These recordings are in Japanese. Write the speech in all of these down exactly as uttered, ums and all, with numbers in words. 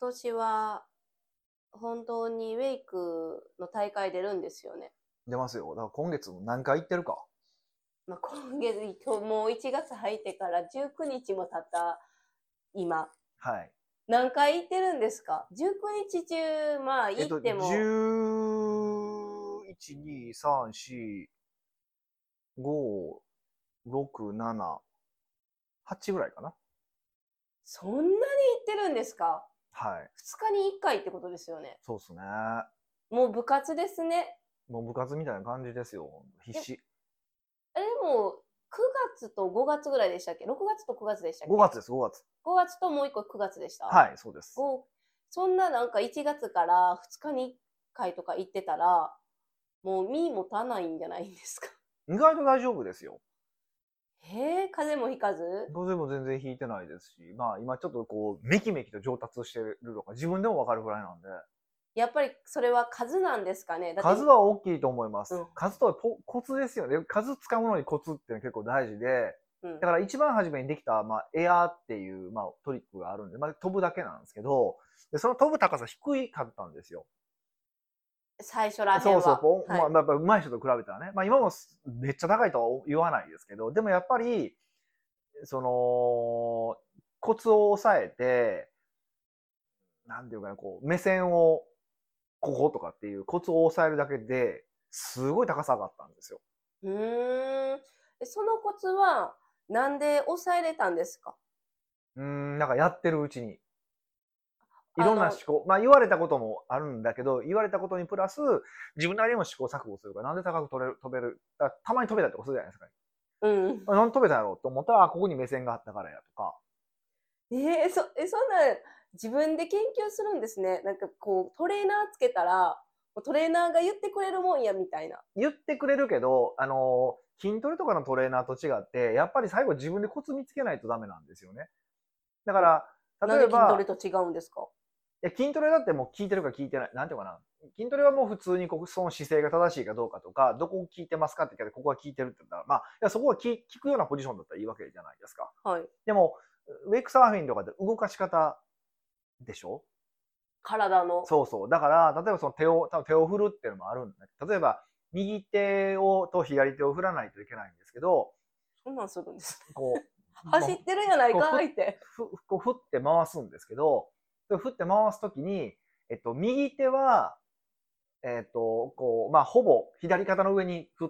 年は本当にウェイクの大会出るんですよね。 出ますよ。だから今月も何回行ってるか。 まあ、今月、もういちがつ入ってからじゅうくにちも経った今。 はい。 何回行ってるんですか？ じゅうくにち中、まあえっと、 行っても。 じゅういち、に、さん、よん、ご、ろく、なな、はちぐらいかな。 そんなに行ってるんですか？ はい。 ふつかにいっかいってことですよね。 そうっすね。 もう部活ですね。 もう部活みたいな感じですよ。必死。 え、でも、くがつとごがつぐらいでしたっけ？ ろく 月とくがつでしたっけ？ ごがつです、ごがつ。 ごがつともういっこくがつでした？ はい、そうです。 そんななんかいちがつからふつかにいっかいとか行ってたら、もう身もたないんじゃないんですか？ 意外と大丈夫ですよ。 へえ、風邪もひかず？ 風邪も全然ひいてないですし、まあ今ちょっとこう、めきめきと上達してるのが自分でもわかるぐらいなんで。 やっぱりそれは数なんですかね？だって数は大きいと思います。 うん、 数とはコツですよね。数使うものにコツっていうのは結構大事で、 うん、 だから一番初めにできた、まあ、エアーっていう、まあ、トリックがあるんで、まあ、飛ぶだけなんですけど、でその飛ぶ高さ低いかったんですよ。 最初らへそうそう、 んは。 こうはい。 まあ、やっぱ上手い人と比べたらね。まあ今もめっちゃ高いとは言わないですけど、でもやっぱり、その、コツを抑えて、なんていうかな、こう、目線をこことかっていうコツを抑えるだけで、すごい高さがあったんですよ。 うーん。そのコツは、なんで抑えれたんですか？ うーん、なんかやってるうちに。いろんな思あの、 考、まあ言われたこともあるんだけど、言われたことにプラス、自分なりにも試行錯誤するから、なんで高く飛べる、飛べる、たまに飛べたりとかするじゃないですか。 うん。 なんで飛べたんやろうと思ったら、ここに目線があったからやとか。 えー、そ、え、そんな、自分で研究するんですね。なんかこう、トレーナーつけたら、トレーナーが言ってくれるもんや、みたいな。 言ってくれるけど、あのー、筋トレとかのトレーナーと違って、やっぱり最後自分でコツ見つけないとダメなんですよね。だから、 なんで筋トレ例えば、 と違うんですか？ いや筋トレだってもう聞いてるか聞いてない、なんていうかな。筋トレはもう普通にここその姿勢が正しいかどうかとか、どこを聞いてますかって聞いて、ここは聞いてるって言ったら、まあ、いやそこは聞聞くようなポジションだったらいいわけじゃないですか。 はい。 でも、ウェイクサーフィンとかって動かし方でしょ？ 体の。 そうそう。だから、例えばその手を、多分手を振るっていうのもあるんだけど、例えば、右手をと左手を振らないといけないんですけど、 そんなんするんですね。 こう、 走ってるやないこうかいって。 ふこう振って回すんですけど、振って回すときに、えっと、右手は、えっと、こう、まあ、ほぼ左肩の上に振って、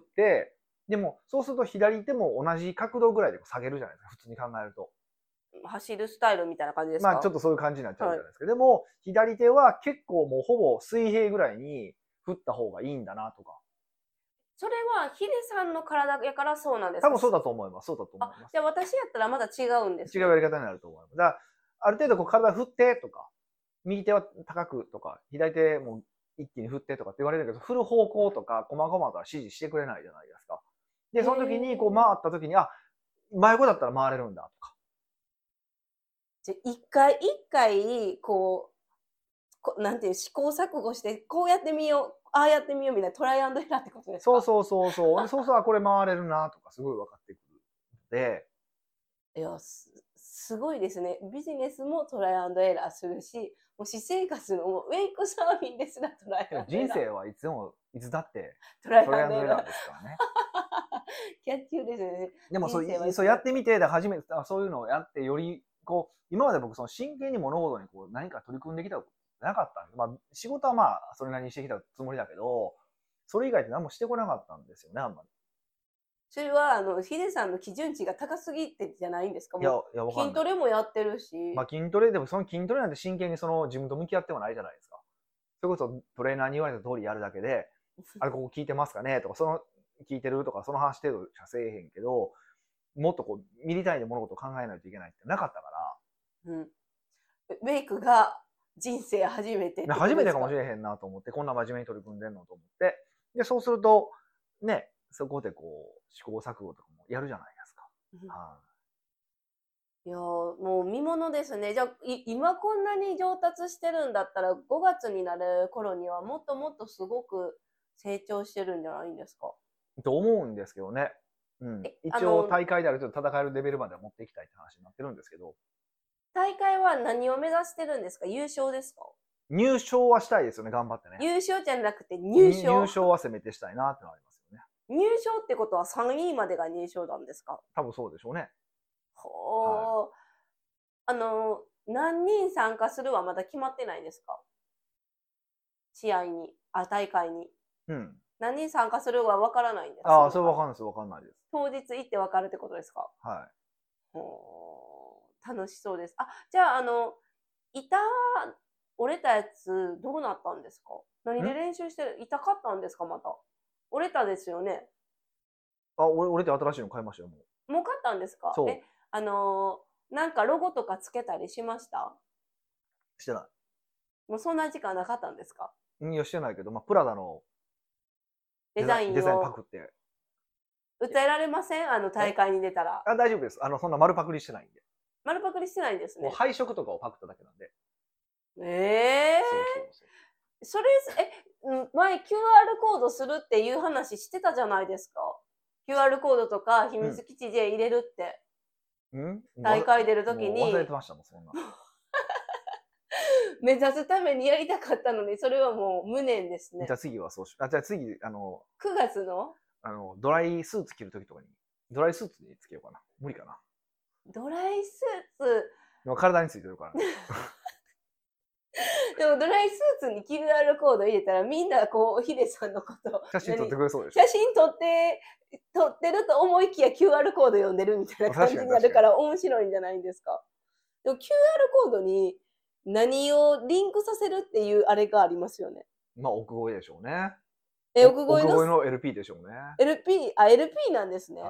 でも、そうすると左手も同じ角度ぐらいで下げるじゃないですか、普通に考えると。 走るスタイルみたいな感じですまあ、ちょか？ っとそういう感じになっちゃうじはい。 ゃないですか。でも、左手は結構もうほぼ水平ぐらいに振った方がいいんだなとか。 それはヒデさんの体やからそうなんですか？ 多分そうだと思います。そうだと思あ、 います。 じゃあ私やったらまだ違うんですね。 違うやり方になると思います。だから、ある程度こう体振ってとか、右手は高くとか、左手も一気に振ってとかって言われるけど、振る方向とか、細々とは指示してくれないじゃないですか。で、その時にこう回った時に、あ、真横だったら回れるんだとか。 じゃ、一回一回、こう、こなんていう、試行錯誤して、こうやってみよう、ああやってみようみたいなトライアンドエラーってことですか？ そうそうそうそう。で、そうそう、これ回れるなとか、すごい分かってくるので、 いや、すすごいですね。ビジネスもトライアンドエラーするし、もう私生活のもうウェイクサーフィンですらトライアンドエラー。 人生はいつでも、いつだってトライトライアンドエラーアンドエラー。 ですからね。 キャッチューですね。 でもそう、 人生はいそうつだって。 やってみて、だ初めて、そういうのをやって、より、こう、今まで僕、その真剣に物事にこう何か取り組んできたことなかったんで、まあ、仕事はまあ、それなりにしてきたつもりだけど、それ以外って何もしてこなかったんですよね、あんまり。 それは、あの、ヒデさんの基準値が高すぎてじゃないんですか？ いや、 もいや、わう、筋かんない。 トレもやってるし。 まあ、筋トレでも、その筋トレなんて真剣にその自分と向き合ってもないじゃないですか。それこそトレーナーに言われた通りやるだけで、あれここ聞いてますかねとか、その聞いてるとか、その話程度しかせえへんけど、もっとこう、ミリ単位で物事を考えないといけないってなかったかうん。ウェイクが人生初めてっら、 てことですか？ 初めてかもしれへんなと思って、こんな真面目に取り組んでんのと思って、で、そうすると、ね、そこでこう、試行錯誤とかもやるじゃないですか。 うん。 はい、 いや、もう見ものですね。じゃあ、い今こんなに上達してるんだったら、ごがつになる頃にはもっともっとすごく成長してるんじゃないんですか？ と思うんですけどね。うん。 え、あ一応の、 大会である程度戦えるレベルまでは持っていきたいって話になってるんですけど、 大会は何を目指してるんですか？優勝ですか？ 入賞はしたいですよね、頑張ってね。 優勝じゃなくて入賞。 入賞はせめてしたいなってのはありますよね。 入賞ってことはさんいまでが入賞なんですか？ 多分そうでしょうね。 ほー、はい、あの、何人参加するはまだ決まってないんですか？試合に、あ、大会に。うん。何人参加するは分からないんですか？ ああ、それ分かんないです、分かんないです。 当日行って分かるってことですか？ はい。 ほー、楽しそうです。あ、じゃあ、あの、板、折れたやつ、どうなったんですか？何で練習してる？板買ったんですか？また。折れたですよね。 あ、俺、俺って新しいの買いましたよ、もう。もう買ったんですか？そう。え、あのー、なんかロゴとかつけたりしました？ してない。 もうそんな時間なかったんですか？ いや、してないけど、まあ、プラダのデザインを。 デザインパクって。 訴えられません？あの、大会に出たら。 あ、大丈夫です。あの、そんな丸パクリしてないんで。 丸パクリしてないんですね。 もう配色とかをパクっただけなんで。 ええー。そうそうそう。それ、え、前 キューアール コードするっていう話してたじゃないですか。キューアール コードとか秘密基地で入れるって。うん、大会出るときに。 忘れてましたもん、そんな。 目指すためにやりたかったのに、それはもう無念ですね。 じゃあ次はそうし、あ、じゃあ次、あの、 くがつのあの、ドライスーツ着るときとかに、ドライスーツにつけようかな。無理かな。 ドライスーツでも体についてるから、ね。 でもドライスーツに キューアール コード入れたらみんなこうヒデさんのこと写真撮ってくれそうでしょ。写真撮って撮ってると思いきや キューアール コード読んでるみたいな感じになるから面白いんじゃないんですか。でも キューアール コードに何をリンクさせるっていうあれがありますよね。 まあ奥越えでしょうね。 え、奥越えの奥越えの エルピー でしょうね。 エルピー、あ、エルピー なんですね。はい、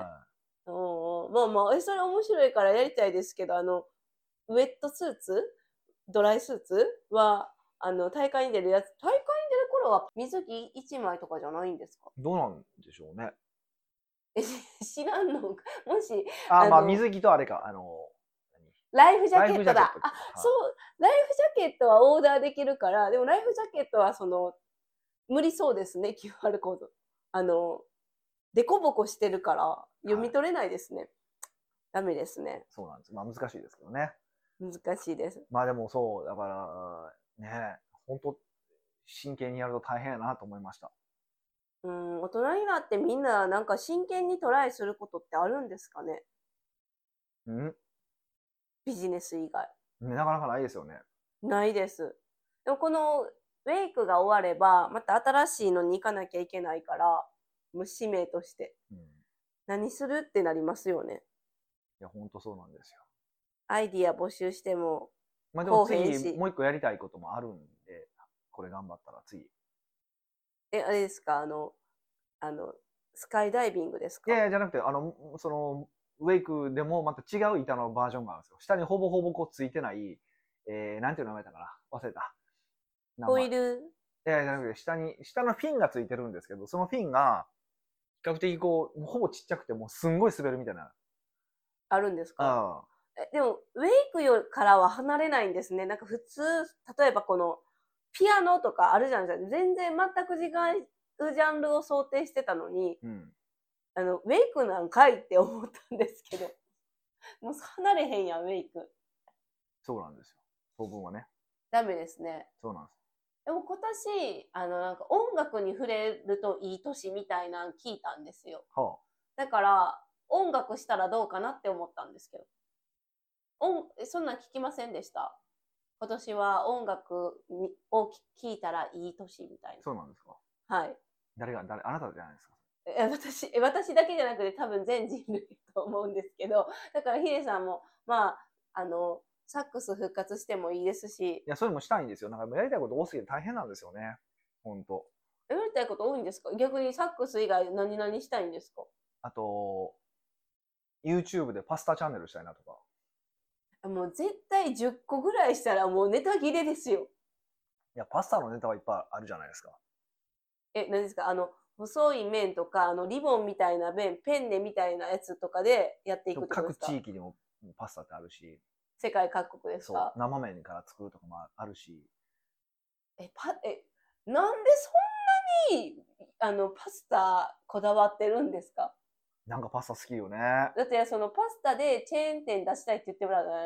うん、まあまあ、え、それ面白いからやりたいですけど、あの、ウェットスーツドライスーツは、あの、大会に出るやつ、大会に出る頃は水着いちまいとかじゃないんですか？ どうなんでしょうね。 え、知らんのか。もし、 あ、あまあ水着とあれか、あの、 ライフジャケットだ。あ、そう、ライフジャケットはオーダーできるから、でもライフジャケットはその、無理そうですね、キューアール コード。あの、デコボコしてるから読み取れないですね。はい、ダメですね。 そうなんです。まあ難しいですけどね。 難しいです。 まあでもそう、だからね、本当真剣にやると大変やなと思いました。 うん、大人になってみんななんか真剣にトライすることってあるんですかね？ うん、 ビジネス以外。 なかなかないですよね。 ないです。でもこのウェイクが終われば、また新しいのに行かなきゃいけないから、もう使命として。うん、何するってなりますよね。 いや、ほんとそうなんですよ。 アイディア募集しても、 まあでも次、もう一個やりたいこともあるんで、これ頑張ったら次。 え、あれですか、あの、あの、スカイダイビングですか？ いやいや、じゃなくて、あの、その、ウェイクでもまた違う板のバージョンがあるんですよ。下にほぼほぼこうついてない、えー、なんていう名前だかな忘れた。 ホイールいやいや、じゃなくて、下に、下のフィンがついてるんですけど、そのフィンが、比較的こう、ほぼちっちゃくて、もうすんごい滑るみたいな。 あるんですか？え、でも、ウェイクからは離れないんですね。なんか普通、例えばこの、ピアノとかあるじゃないですか。全然全く違うジャンルを想定してたのに、うん、あの、ウェイクなんかいって思ったんですけど、もう離れへんやん、ウェイク。 そうなんですよ。当分はね。 ダメですね。 そうなんです。 でも今年、あの、なんか音楽に触れるといい年みたいなの聞いたんですよ。はあ、だから、音楽したらどうかなって思ったんですけど。音、そんなん聞きませんでした？今年は音楽を聴いたらいい年みたいな。 そうなんですか？ はい。 誰が、誰、あなたじゃないですか？ え、私、私だけじゃなくて多分全人類と思うんですけど、だからヒデさんも、まあ、あの、サックス復活してもいいですし。 いや、それもしたいんですよ。なんかやりたいこと多すぎて大変なんですよね。ほんと。 やりたいこと多いんですか？逆にサックス以外何々したいんですか？ あと、YouTube でパスタチャンネルしたいなとか。 もう絶対じゅっこぐらいしたらもうネタ切れですよ。 いや、パスタのネタはいっぱいあるじゃないですか。 え、何ですか？あの、細い麺とか、あの、リボンみたいな麺、ペンネみたいなやつとかでやっていくってことですか？ 各地域にもパスタってあるし。 世界各国ですか？ そう。生麺から作るとかもあるし。 え、パ、え、なんでそんなに、あの、パスタこだわってるんですか？ なんかパスタ好きよね。 だってそのパスタでチェーン店出したいって言ってもらうじゃないですか。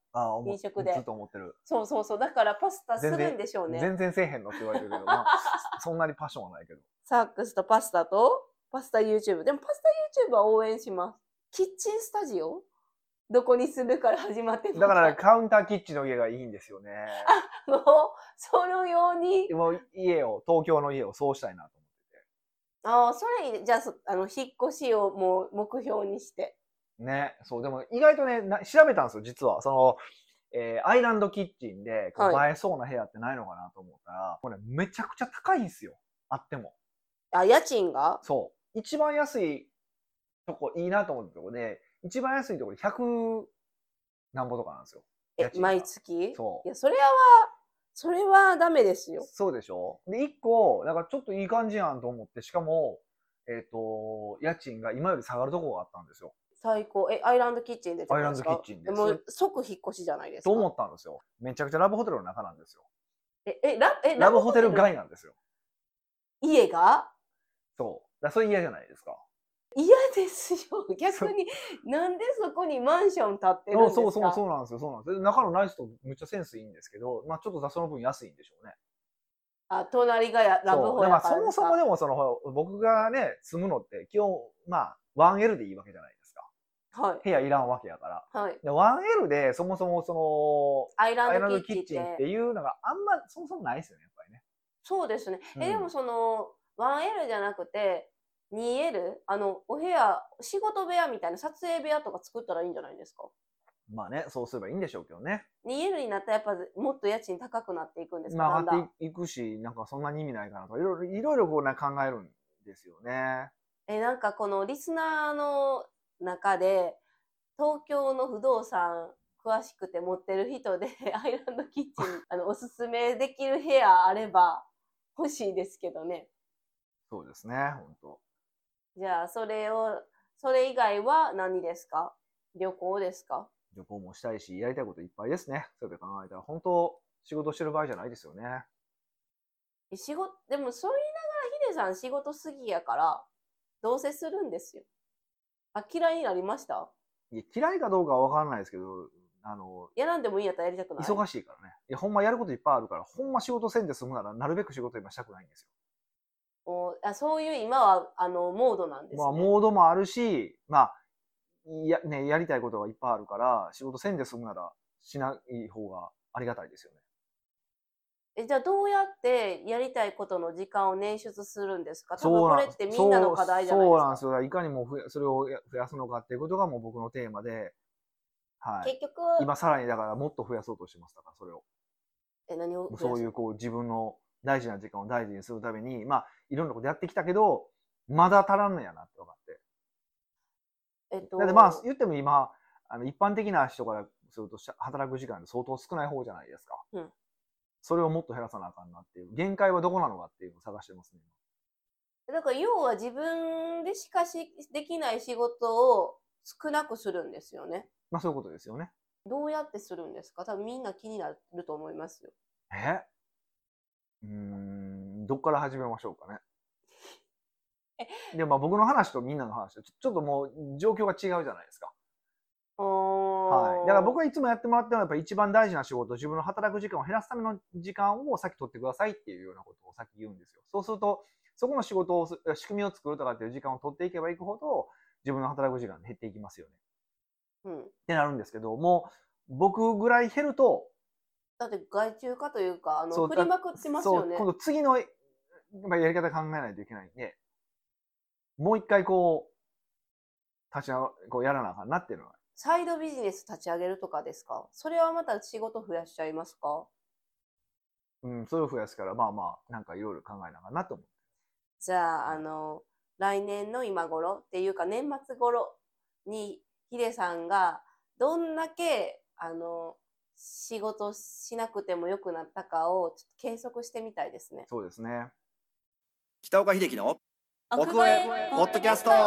ああ、 飲食でずっと思ってる。 そうそうそう。だからパスタするんでしょうね。 全然せえへんのって言われてるけど、まあ、そんなにパッションはないけど。 サックスとパスタとパスタ YouTube。でもパスタ YouTube は応援します。キッチンスタジオどこにするから始まってます。 だから、ね、カウンターキッチンの家がいいんですよね。 あ、もう、そのように。 もう家を、東京の家をそうしたいなと思ってて。 ああ、それいい。じゃあ、あの、引っ越しをもう目標にして。 ね、そう、でも意外とね、な調べたんですよ、実は。その、えー、アイランドキッチンでこう映えそうな部屋ってないのかなと思ったら、はい、これめちゃくちゃ高いんですよ。あっても。 あ、家賃が？ そう。一番安いとこ、いいなと思ったとこで、一番安いところでひゃくなんぼとかなんですよ。 え、毎月？ そう。 いや、それは、それはダメですよ。 そうでしょ。で、一個、だからちょっといい感じやんと思って、しかも、えっと、家賃が今より下がるところがあったんですよ。 最高。え、アイランドキッチンでですか？ アイランドキッチンで。 もう即引っ越しじゃないですか。 と思ったんですよ。めちゃくちゃラブホテルの中なんですよ。 え、え、ラ, えラブホテル街なんですよ。 家が？ そう。だそれ嫌じゃないですか。 嫌ですよ。逆に、なんでそこにマンション建ってるんですか？ そうそうそうなんですよ。そうなんですよ。中のナイスとめっちゃセンスいいんですけど、まあちょっとその分安いんでしょうね。 あ、隣がやラブホやからですか。 そもそもでもその僕がね住むのって基本まあ ワンエル でいいわけじゃないですか。 はい、 部屋いらんわけやから。 はい、 で ワンエル でそもそもそのアイランドキッチンっていうのがあんまそもそもないですよね、やっぱりね。 そうですね。 うん、 え、でもその ワンエル じゃなくて ツーエル、あのお部屋、仕事部屋みたいな撮影部屋とか作ったらいいんじゃないですか。 まあね、そうすればいいんでしょうけどね。 ツーエル になったらやっぱもっと家賃高くなっていくんですか？ まあ上がっていくし、なんかそんなに意味ないかなとかいろいろいろいろこうね考えるんですよね。 え、なんかこのリスナーの中で東京の不動産詳しくて持ってる人でアイランドキッチンあのおすすめできる部屋あれば欲しいですけどね。 そうですね、本当。 じゃあそれをそれ以外は何ですか？旅行ですか？ 旅行もしたいしやりたいこといっぱいですね。そうやって考えたら本当仕事してる場合じゃないですよね。 仕事でもそう言いながらヒデさん仕事すぎやからどうせするんですよ。あ、嫌いになりました？ いや嫌いかどうかは分からないですけど、あのやらんでもいいやったらやりたくない。 忙しいからね。いやほんまやることいっぱいあるからほんま仕事せんで済むならなるべく仕事今したくないんですよ。 おあそういう今はあのモードなんですね。 まあモードもあるし、まあやねやりたいことがいっぱいあるから仕事せんで済むならしない方がありがたいですよね。 え、じゃあどうやってやりたいことの時間を捻出するんですか？多分これってみんなの課題じゃないですか。 そうなんですよ。いかにもそれを増やすのかっていうことがもう僕のテーマで、はい、 結局今さらにだからもっと増やそうとしてます。だからそれを。 え、何を増やす？ そういうこう自分の大事な時間を大事にするために、まあいろんなことやってきたけど、まだ足らんのやなって分かって。えっと、だってまあ言っても今あの一般的な人からすると働く時間って相当少ない方じゃないですか。うん、それをもっと減らさなあかんなっていう限界はどこなのかっていうのを探してますね。 だから要は自分でしかしできない仕事を少なくするんですよね。 まあそういうことですよね。 どうやってするんですか？多分みんな気になると思いますよ。 え？うーん、どっから始めましょうかね。でまあ僕の話とみんなの話とちょっともう状況が違うじゃないですか。はい。だから僕がいつもやってもらってるのはやっぱり一番大事な仕事、自分の働く時間を減らすための時間を先取ってくださいっていうようなことを先言うんですよ。そうするとそこの仕事を仕組みを作るとかっていう時間を取っていけばいくほど自分の働く時間減っていきますよね。うん。ってなるんですけども僕ぐらい減るとだって外注化というかあの振りまくってますよね。 今度次のやり方考えないといけないんで。もう一回こう立ち上がこうやらなあかんなっていうのは。 サイドビジネス立ち上げるとかですか？それはまた仕事増やしちゃいますか？ うん、それを増やすからまあまあなんかいろいろ考えなあかんなと思う。 じゃああの来年の今頃っていうか年末頃にヒデさんがどんだけあの仕事しなくてもよくなったかをちょっと計測してみたいですね。 そうですね。北岡秀樹の奥越えポッドキャスト。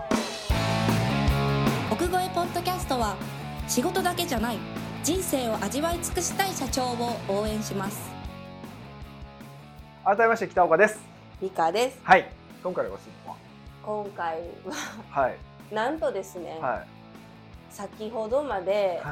奥越えポッドキャストは仕事だけじゃない人生を味わい尽くしたい社長を応援します。 改めまして北岡です。 ミカです。 はい。今回はするのは今回ははい。 なんとですね、はい、先ほどまで、はい、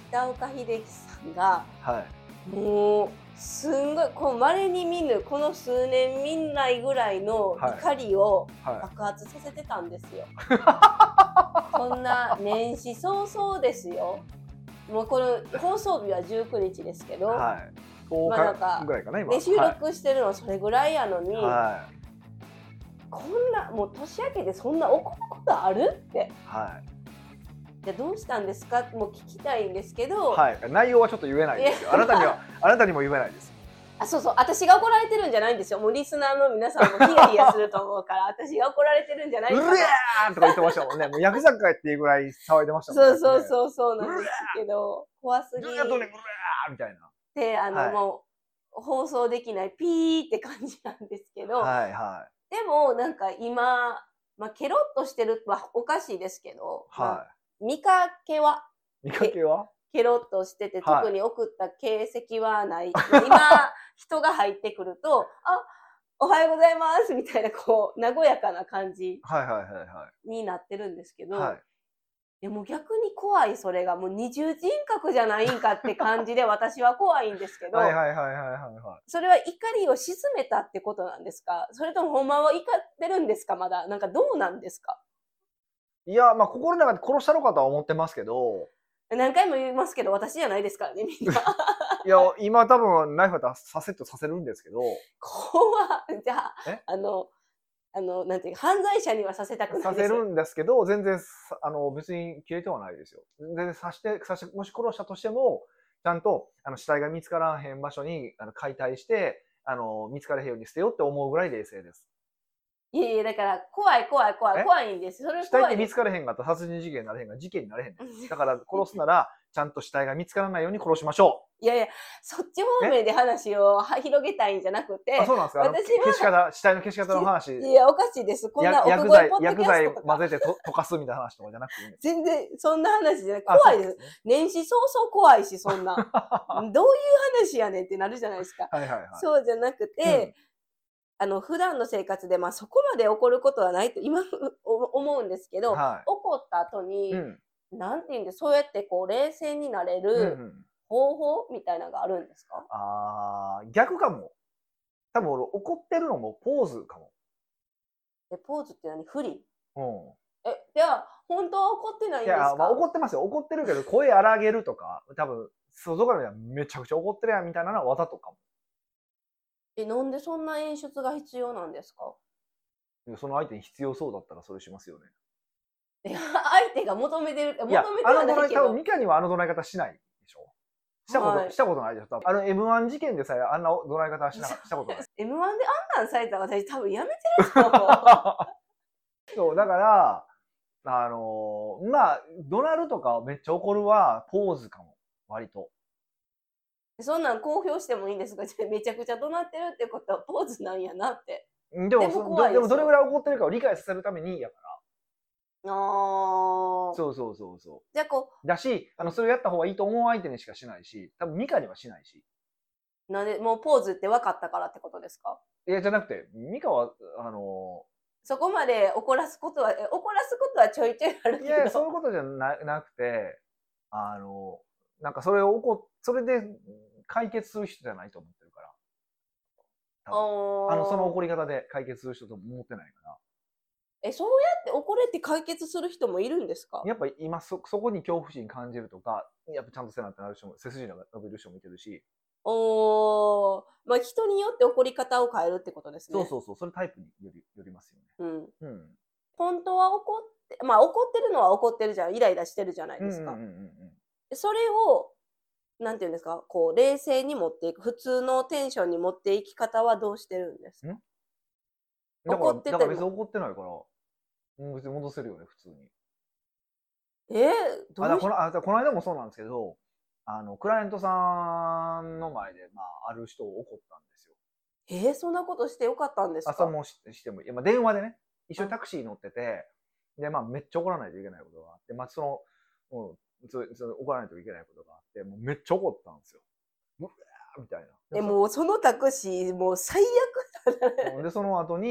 北岡秀樹さんがはいもうすんごいこう稀に見ぬこの数年見ないぐらいの怒りをは爆発させてたんですよ。そんな年始早々ですよ。もうこの放送日はじゅうくにちですけど、 いはいとおまあなんかかぐらいかな今で収録してるのはそれぐらいやのに、 はいはこんなもう年明けでそんな怒ることあるって。 いはでどうしたんですかもう聞きたいんですけど、 いはい内容はちょっと言えないですよ。あなたにはあなたにも言えないです。 あそうそう私が怒られてるんじゃないんですよ。もうリスナーの皆さんもヒヤヒヤすると思うから私が怒られてるんじゃないうかな。 るやーとか言ってましたもんね。もうヤクザかっていうぐらい騒いでましたもんね。 そうそうそうそうなんですけど怖すぎずっとね、うるやーみたいな。 てあの、 はいもう放送できないピーって感じなんですけど、 はいはでもなんか今、まあ、ケロッとしてるはおかしいですけど、 いまあは見かけはい見かけはケロッとしてて、 はい特に送った形跡はない。今、人が入ってくると、あ、おはようございますみたいな、こう、和やかな感じはいはいはいはになってるんですけど、 いはいでも逆に怖い、それが。もう二重人格じゃないんかって感じで、私は怖いんですけど、 はいはいはいはいはいはそれは怒りを鎮めたってことなんですか？それともほんまは怒ってるんですか？まだ。なんかどうなんですか？ い。いや、まあ心の中で殺したのかとは思ってますけど、 何回も言いますけど、私じゃないですからね、みんな。 いや、今多分ナイフだったらさせっとさせるんですけど、 怖い。じゃあえ、 あの、あの、なんていうか、犯罪者にはさせたくないさですよ。 せるんですけど、全然さあの別に消えてはないですよ。全然刺して刺してもし殺したとしても、ちゃんとあの死体が見つからへん場所にあの解体してあの見つからへんように捨てようって思うぐらい冷静です。 いやいや、だから、怖い怖い怖いえ怖いんです。それ死体って怖いです。 見つからへんかったら殺人事件になれへんが事件になれへんねん。だから殺すならちゃんと死体が見つからないように殺しましょいやいや、そっち方面で話をは広げたいんじゃなくて、 う。あ、そうなんですか。あの私は消し方、死体の消し方の話。 いや、おかしいです。こんなや奥薬剤越えポッドキャ薬剤ストとか。 混ぜてと溶かすみたいな話とかじゃなくていいんです。 全然、そんな話じゃない。 あ怖いです。 そうですね年始早々怖いし、そんな。どういう話やねんってなるじゃないですか。 はいはいはい。 そうじゃなくて、あの、普段の生活で、まあそこまで起こることはないと今思うんですけど、 はい怒った後に、 うんなんていうんで、そうやってこう冷静になれうんるうん方法みたいなのがあるんですか？ あー逆かも。多分俺怒ってるのもポーズかも。 え、ポーズって何？不利？ うん。 え、じゃあ、本当は怒ってないんいですか？ や、まあ、怒ってますよ。怒ってるけど、声荒げるとか、多分、外から見たらめちゃくちゃ怒ってるやんみたいなのはわざとかも。 え、なんでそんな演出が必要なんですか？ その相手に必要そうだったらそれしますよね。 いや、相手が求めてる、求いや、 めてあの怒鳴り、 はないけど。 多分ミカにはあの怒鳴り方しないでしょ。したこと、 はいしたことないでしょ。多分あの エムワン 事件でさえあんな怒鳴り方はしなしたことない。 エムワン であんなんされたら私多分やめてると思う。 そう、だから、あのーまあ、怒鳴るとかめっちゃ怒るはポーズかも。割と。 そんなん公表してもいいんですが、じゃあめちゃくちゃ怒鳴ってるってことはポーズなんやなって。 でも、 でもそ怖いですよでもどれぐらい怒ってるかを理解させるためにやから。 あー。 そうそうそうそう。 じゃあこだし、あの、それをやった方がいいと思う相手にしかしないし、多分ミカにはしないし。 う、なんで、もうポーズって分かったからってことですか？ いや、じゃなくて、ミカは、あのそこまで怒らすことは、え怒らすことはちょいちょいあるー、 けど。 いや、そういうことじゃななくて、あのー、なんかそれを怒っ、それで解決する人じゃないと思ってるから。多分あの、その怒り方で解決する人と思ってないから。 え、そうやって怒れって解決する人もいるんですか？ やっぱ今そ、そこに恐怖心感じるとか、やっぱちゃんとせなってなる人も、背筋が伸びる人もいてるし、 おー、まあ人によって怒り方を変えるってことですね。 そうそうそう、それタイプによりよりますよね。 うん。 うん。 本当は怒って、まあ怒ってるのは怒ってるじゃん。イライラしてるじゃないですか。 うんうんうんうんでそれを、なんていうんですか、こう冷静に持っていく、普通のテンションに持っていき方はどうしてるんですか？ んだから、 怒っててもだから別に怒ってないから、うん別に戻せるよね、普通に。 えー、どあ、だうしこの、あ、だこの間もそうなんですけど、あの、クライアントさんの前で、まあ、ある人を怒ったんですよ。 えー、そんなことしてよかったんですか？ 朝もししても、いや、まあ、電話でね、一緒にタクシー乗ってて、で、まあ、めっちゃ怒らないといけないことがあって、まあ、その、うん、そその怒らないといけないことがあって、もうめっちゃ怒ったんですよ。うわーみたいな。 え、もうそのタクシー、もう最悪だね。 で、その後に、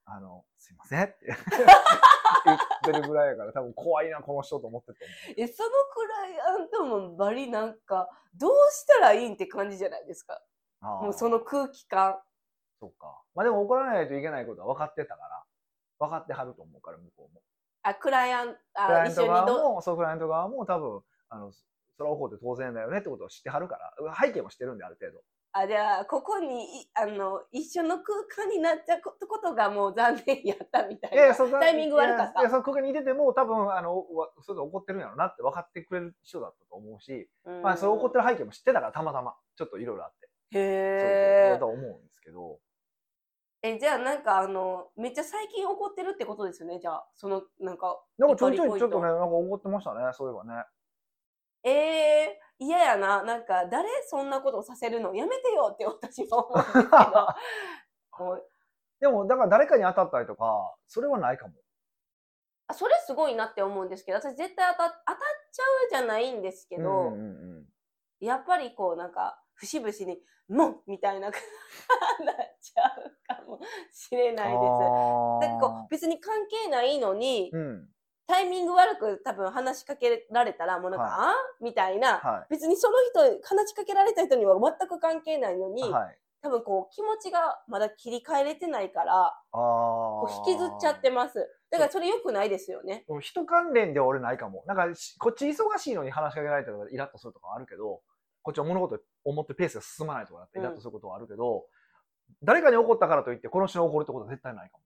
あの、すいませんって言ってるぐらいやから、多分怖いな、この人と思ってると思う。 え、そのクライアントもバリなんか、どうしたらいいんって感じじゃないですか。もうその空気感。 そうか。まあでも怒らないといけないことは分かってたから、分かってはると思うから、向こうも。 あ、クライアント、あ、 クライアント一緒にど、 側も、そう、クライアント側も多分、あの、それは怒って当然だよねってことを知ってはるから、背景も知ってるんで、ある程度。 あ、じゃあ、ここにい、あの、一緒の空間になっちゃうことことがもう残念やったみたいな。 いやいや、そタイミング悪かった。 いや、その空間にいてても、多分、あの、わそれで怒ってるんやろうなって分かってくれる人だったと思うし、まあ、それ怒ってる背景も知ってたから、たまたま、ちょっといろいろあって。 へそうそう、だと思うんですけど。 え、じゃあなんかあの、めっちゃ最近怒ってるってことですよね、じゃあ。その、なんか。 なんかちょいちょいちょっとね、なんか怒ってましたね、そういえばね。 ええー、嫌やな。なんか、誰そんなことをさせるのやめてよって私は思うんですけど。 でも、だから誰かに当たったりとか、それはないかも。 あ、それすごいなって思うんですけど、私絶対当た、当たっちゃうじゃないんですけど、 うんうんうん、 やっぱりこうなんか、節々に、もうみたいな、なっちゃうかもしれないです。なんかこう、別に関係ないのに、うん、タイミング悪く多分話しかけられたら、もうなんか、はい、あみたいな、はい、別にその人、話しかけられた人には全く関係ないのに、はい、多分こう気持ちがまだ切り替えれてないから、こう引きずっちゃってます。だからそれ良くないですよね。 人関連では俺ないかも。なんか、こっち忙しいのに話しかけられたらイラッとするとかあるけど、こっちは物事思ってペースが進まないとかだってイラッとすることはあるけど、うん、誰かに怒ったからといってこの人に怒るってことは絶対ないか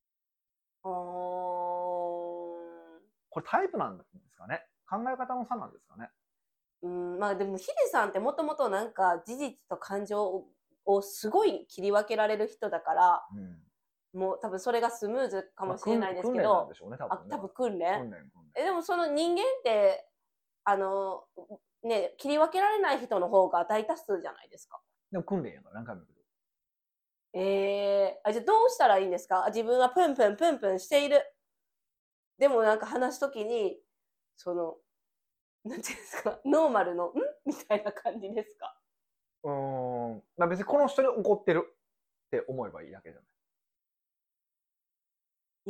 も。これタイプなんですかね。考え方の差なんですかね。 うん、まあでもヒデさんってもともとなんか事実と感情をすごい切り分けられる人だから、うん、もう多分それがスムーズかもしれないですけど、まあ、訓練なんでしょうね、多分ね。あ、多分訓練。訓練、訓練。え、でもその人間ってあのね、切り分けられない人の方が大多数じゃないですか。 でも訓練やから何回も言う。 えー、あ、じゃあどうしたらいいんですか？自分はプンプンプンプンしている。でもなんか話すときに、その、なんていうんですか、ノーマルの、んみたいな感じですか？ うーん。まあ別にこの人に怒ってるって思えばいいだけじゃない。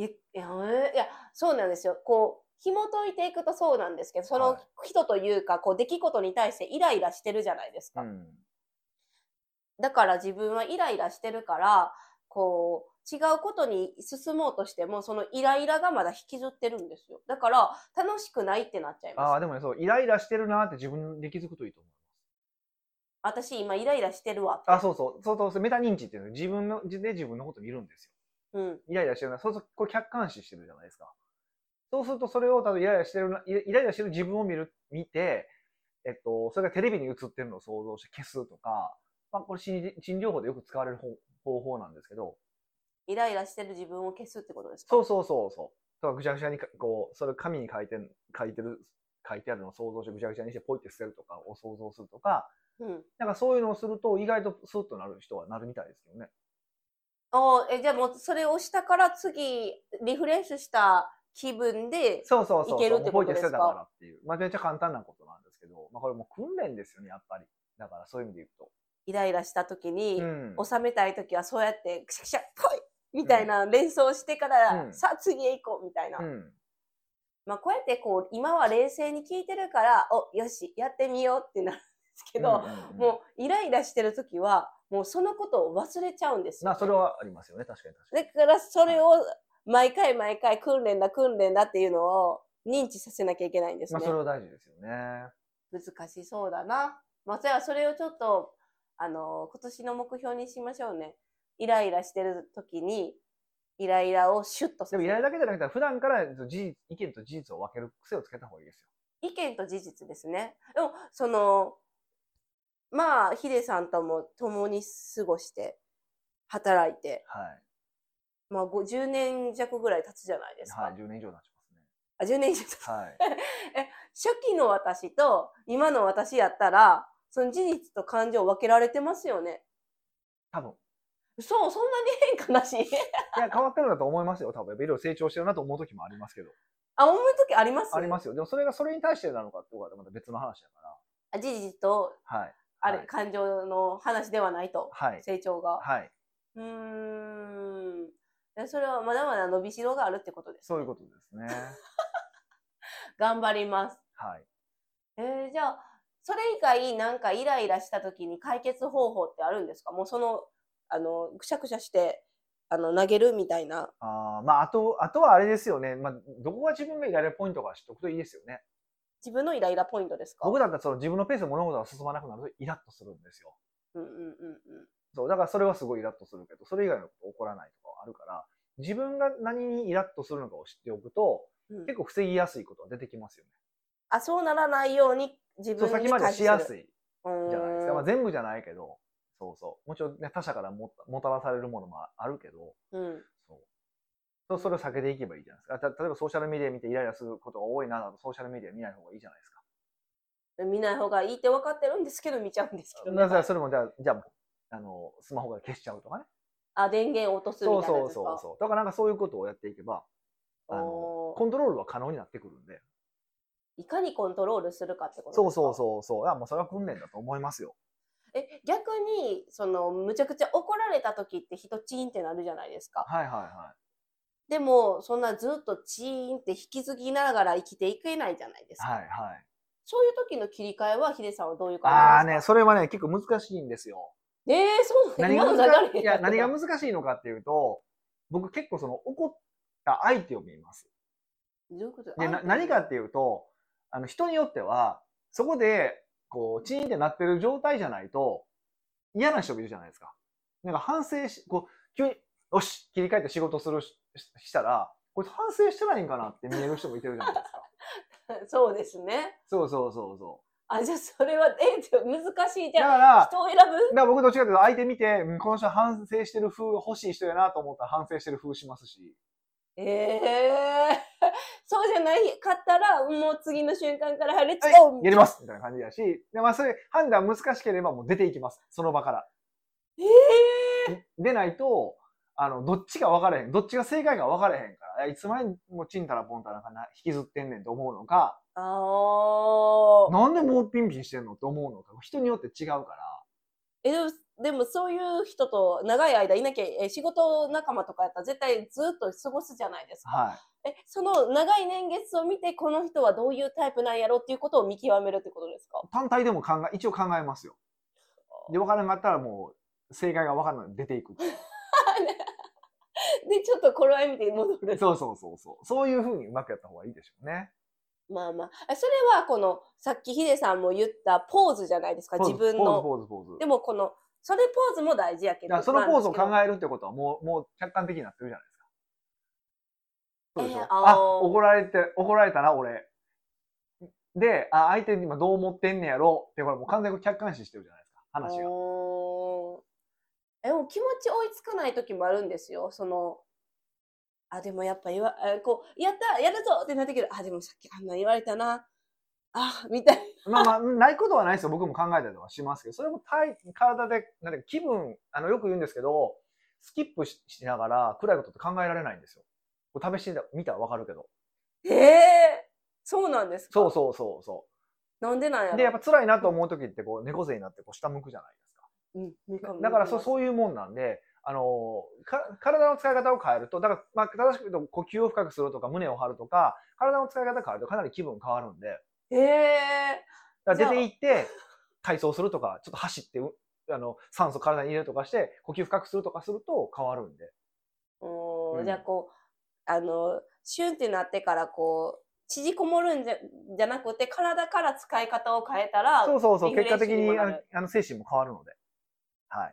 いや、いや、そうなんですよ。こう、紐解いていくとそうなんですけど、その人というか、こう、出来事に対してイライラしてるじゃないですか。うん、だから自分はイライラしてるから、こう、違うことに進もうとしても、そのイライラがまだ引きずってるんですよ。だから、楽しくないってなっちゃいます。 ああ、でもね、そう、イライラしてるなって自分で気づくといいと思います。 私、今イライラしてるわって。 あ、そうそう。そうそう、メタ認知っていうのは自分の、で自分のことを見るんですよ。うん。イライラしてるな。そうすると、これ客観視してるじゃないですか。そうすると、それを多分イライラしてるな、イライラしてる自分を見る、見て、えっと、それがテレビに映ってるのを想像して消すとか、まあ、これ心心療法でよく使われる方法なんですけど。 イライラしてる自分を消すってことですか？ そうそうそうそう。だからぐちゃぐちゃにこう、それ紙に書いて書いてる書いてあるのを想像してぐちゃぐちゃにしてポイって捨てるとかを想像するとか、うん、なんかそういうのをすると意外とスッとなる人はなるみたいですけどね。 ああ、え、じゃあもうそれをしたから次リフレッシュした気分でいけるってことですか？ そうそうそうそう。ポイって捨てたからっていう。まあめっちゃ簡単なことなんですけど、まあこれも訓練ですよね、やっぱり。だからそういう意味で言うと。 イライラした時に、うん、収めたい時はそうやってクシャクシャポイみたいな連想してから、うん、さあ次へ行こうみたいな。うん、まあこうやってこう今は冷静に聞いてるから、お、よし、やってみようってなるんですけど、うんうんうん、もうイライラしてる時は、もうそのことを忘れちゃうんですよ、ね。 まあそれはありますよね、確かに確かに。 だからそれを毎回毎回訓練だ訓練だっていうのを認知させなきゃいけないんですね。 まあそれは大事ですよね。 難しそうだな。まあじゃあそれをちょっと、あの、今年の目標にしましょうね。イライラしてる時に、イライラをシュッとさせる。 でもイライラだけじゃなくて、普段から事実意見と事実を分ける癖をつけた方がいいですよ。 意見と事実ですね。でも、その、まあ、ヒデさんとも共に過ごして、働いて、はい。まあ、じゅうねん弱ぐらい経つじゃないですか。 はい、じゅうねん以上経ちますね。 あ、じゅうねん以上経つ。はい。え、初期の私と今の私やったら、その事実と感情を分けられてますよね。 多分。 そう、そんなに変かなし。いや、変わってるんだと思いますよ。多分、いろいろ成長してるなと思う時もありますけど。 あ、思う時あります？ ありますよ。でもそれがそれに対してなのかっていうのはまた別の話だから。 あ、事実と、はい。あれ、はい、感情の話ではないと。はい。成長が。はい。うーん。 それはまだまだ伸びしろがあるってことですね。 そういうことですね。 頑張ります。 はい。 えー、じゃあ、それ以外なんかイライラした時に解決方法ってあるんですか？もうその、あの、くしゃくしゃして、あの、投げるみたいな。 あまあ、あと、あとはあれですよね。まあ、どこが自分がイライラポイントか知っておくといいですよね。 自分のイライラポイントですか？ 僕だったらその自分のペースで物事が進まなくなるとイラッとするんですよ。 うんうんうんうん。 そう、だからそれはすごいイラッとするけど、それ以外のこと起こらないとかはあるから、自分が何にイラッとするのかを知っておくと、うん、結構防ぎやすいことが出てきますよね。 あ、そうならないように自分にそう、先までしやすいじゃないですか。まあ、全部じゃないけど、そうそう。もちろんね、他者からももたらされるものもあるけど、うん、そうそれを避けていけばいいじゃないですか。例えばソーシャルメディア見てイライラすることが多いなだと、ソーシャルメディア見ない方がいいじゃないですか。 見ない方がいいって分かってるんですけど、見ちゃうんですけどね。 だからそれもじゃあ、じゃあ、あの、スマホから消しちゃうとかね。 あ、電源落とすみたいなやつですか。 そうそうそうそう。だからなんかそういうことをやっていけば、あの、コントロールは可能になってくるんで。 いかにコントロールするかってことですか。 そうそうそうそう。いや、もうそれは訓練だと思いますよ。 え、逆に、その、むちゃくちゃ怒られた時って人チーンってなるじゃないですか。 はいはいはい。 でも、そんなずっとチーンって引き継ぎながら生きていけないじゃないですか。 はいはい。 そういう時の切り替えは、ヒデさんはどういう感じですか？ ああね、それはね、結構難しいんですよ。 ええー、そう何が難しい、いや、何が難しいのかっていうと、僕結構その怒った相手を見ます。 どういうことでな何かっていうと、あの人によっては、そこで、こう、チーンってなってる状態じゃないと、嫌な人もいるじゃないですか。なんか反省し、こう、急に、よし、切り替えて仕事するし、したら、こいつ反省してないんかなって見える人もいてるじゃないですか。 そうですね。 そうそうそうそう。 あ、じゃあそれは、え、難しいじゃん。 だから、 人を選ぶ？だから僕どっちかというと相手見て、この人反省してる風、欲しい人やなと思ったら反省してる風しますし。 ええー、そうじゃないかったら、もう次の瞬間から、レッツゴー、はい、やりますみたいな感じだし、でまあ、それ判断難しければもう出ていきます。その場から。 ええー、でないと、あの、どっちが分かれへん、どっちが正解か分かれへんから、いつまでもチンタラポンタラかな、引きずってんねんと思うのか、あなんでもうピンピンしてんのって思うのか、人によって違うから。 え、でも、でもそういう人と長い間いなきゃ、え、仕事仲間とかやったら絶対ずっと過ごすじゃないですか。 はい。 え、その長い年月を見て、この人はどういうタイプなんやろっていうことを見極めるってことですか？ 単体でも考え、一応考えますよ。で、分からなかったらもう、正解が分からないので出ていく。で、 ちょっと頃合い見て戻る。 そうそうそうそう。そういうふうにうまくやった方がいいでしょうね。 まあまあ。それはこの、さっきヒデさんも言ったポーズじゃないですか、自分の。 ポーズ、ポーズ、ポーズ。 でもこの、それポーズも大事やけど。 そのポーズを考えるってことはもう、もう客観的になってるじゃないですか。そうでしょ。えー、あ、怒られて、怒られたな、俺。で、あ、相手に今どう思ってんねやろって、これもう完全に客観視してるじゃないですか、話が。 え、もう気持ち追いつかない時もあるんですよ。その、あ、でもやっぱ言わ、こう、やったやるぞってなってくる。あ、でもさっきあんな言われたな。あ、みたいな。まあまあ、ないことはないですよ。僕も考えたりとかしますけど、それも体、体で、なんて気分、あの、よく言うんですけど、スキップ し, しながら暗いことって考えられないんですよ。これ試してみたらわかるけど。 ええー、そうなんですか？ そうそうそうそう。 なんでなんやろ。 で、やっぱ辛いなと思う時って、こう、猫背になってこう下向くじゃないですか。うん、だからそ、そういうもんなんで、あのか体の使い方を変えると、だから、まあ、正しく言うと呼吸を深くするとか胸を張るとか、体の使い方を変えるとかなり気分変わるんで。 へえー。出て行って体操するとか、ちょっと走ってあの酸素体に入れるとかして呼吸深くするとかすると変わるんで。 うん、じゃあこうあのシュンってなってからこう縮こもるんじゃじゃなくて体から使い方を変えたら、 そうそうそう、結果的にあのあの精神も変わるので。はい。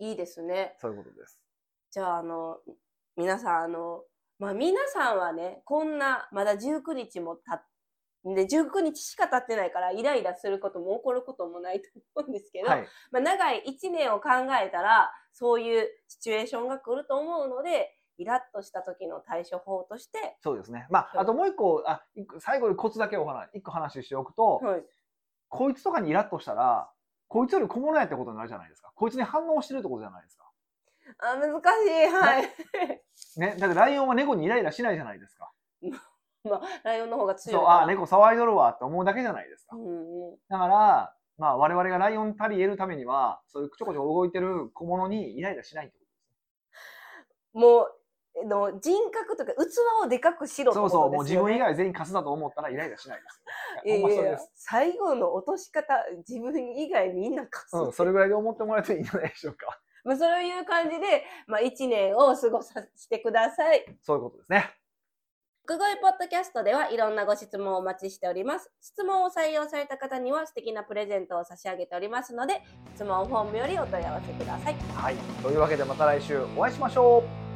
いいですね。 そういうことです。 じゃあ、あの、皆さん、あの、まあ、皆さんはね、こんな、まだじゅうくにちもたっで、じゅうくにちしか経ってないから、イライラすることも起こることもないと思うんですけど、はい、まあ、長いいちねんを考えたら、そういうシチュエーションが来ると思うので、イラッとした時の対処法として。 そうですね。まあ、あともう一個、あ、最後にコツだけお話、一個話しておくと、はい、こいつとかにイラッとしたら、こいつより小物やってことになるじゃないですか。こいつに反応してるってことじゃないですか。 あ、難しい。はい。 ね、だってライオンは猫にイライラしないじゃないですか。 まあ、ライオンの方が強い。 そう、あ、猫騒いどるわって思うだけじゃないですか。うんうん、だから、まあ、我々がライオンたり得るためには、そういうちょこちょこ動いてる小物にイライラしないってことですね。 もう、 の人格とか器をでかくしろってそうそう、もう自ことですよね。 分以外全員貸すだと思ったらイライラしないですよ。 いやいやほんまそれです。 最後の落とし方、自分以外みんな貸すって。 うん、それぐらいで思ってもらえていいんじゃないでしょうか。 まあ、そういう感じで、まあ、いちねんを過ごさせてください。 そういうことですね。 福声ポッドキャストではいろんなご質問をお待ちしております。質問を採用された方には素敵なプレゼントを差し上げておりますので、質問フォームよりお問い合わせください。 はい。というわけでまた来週お会いしましょう。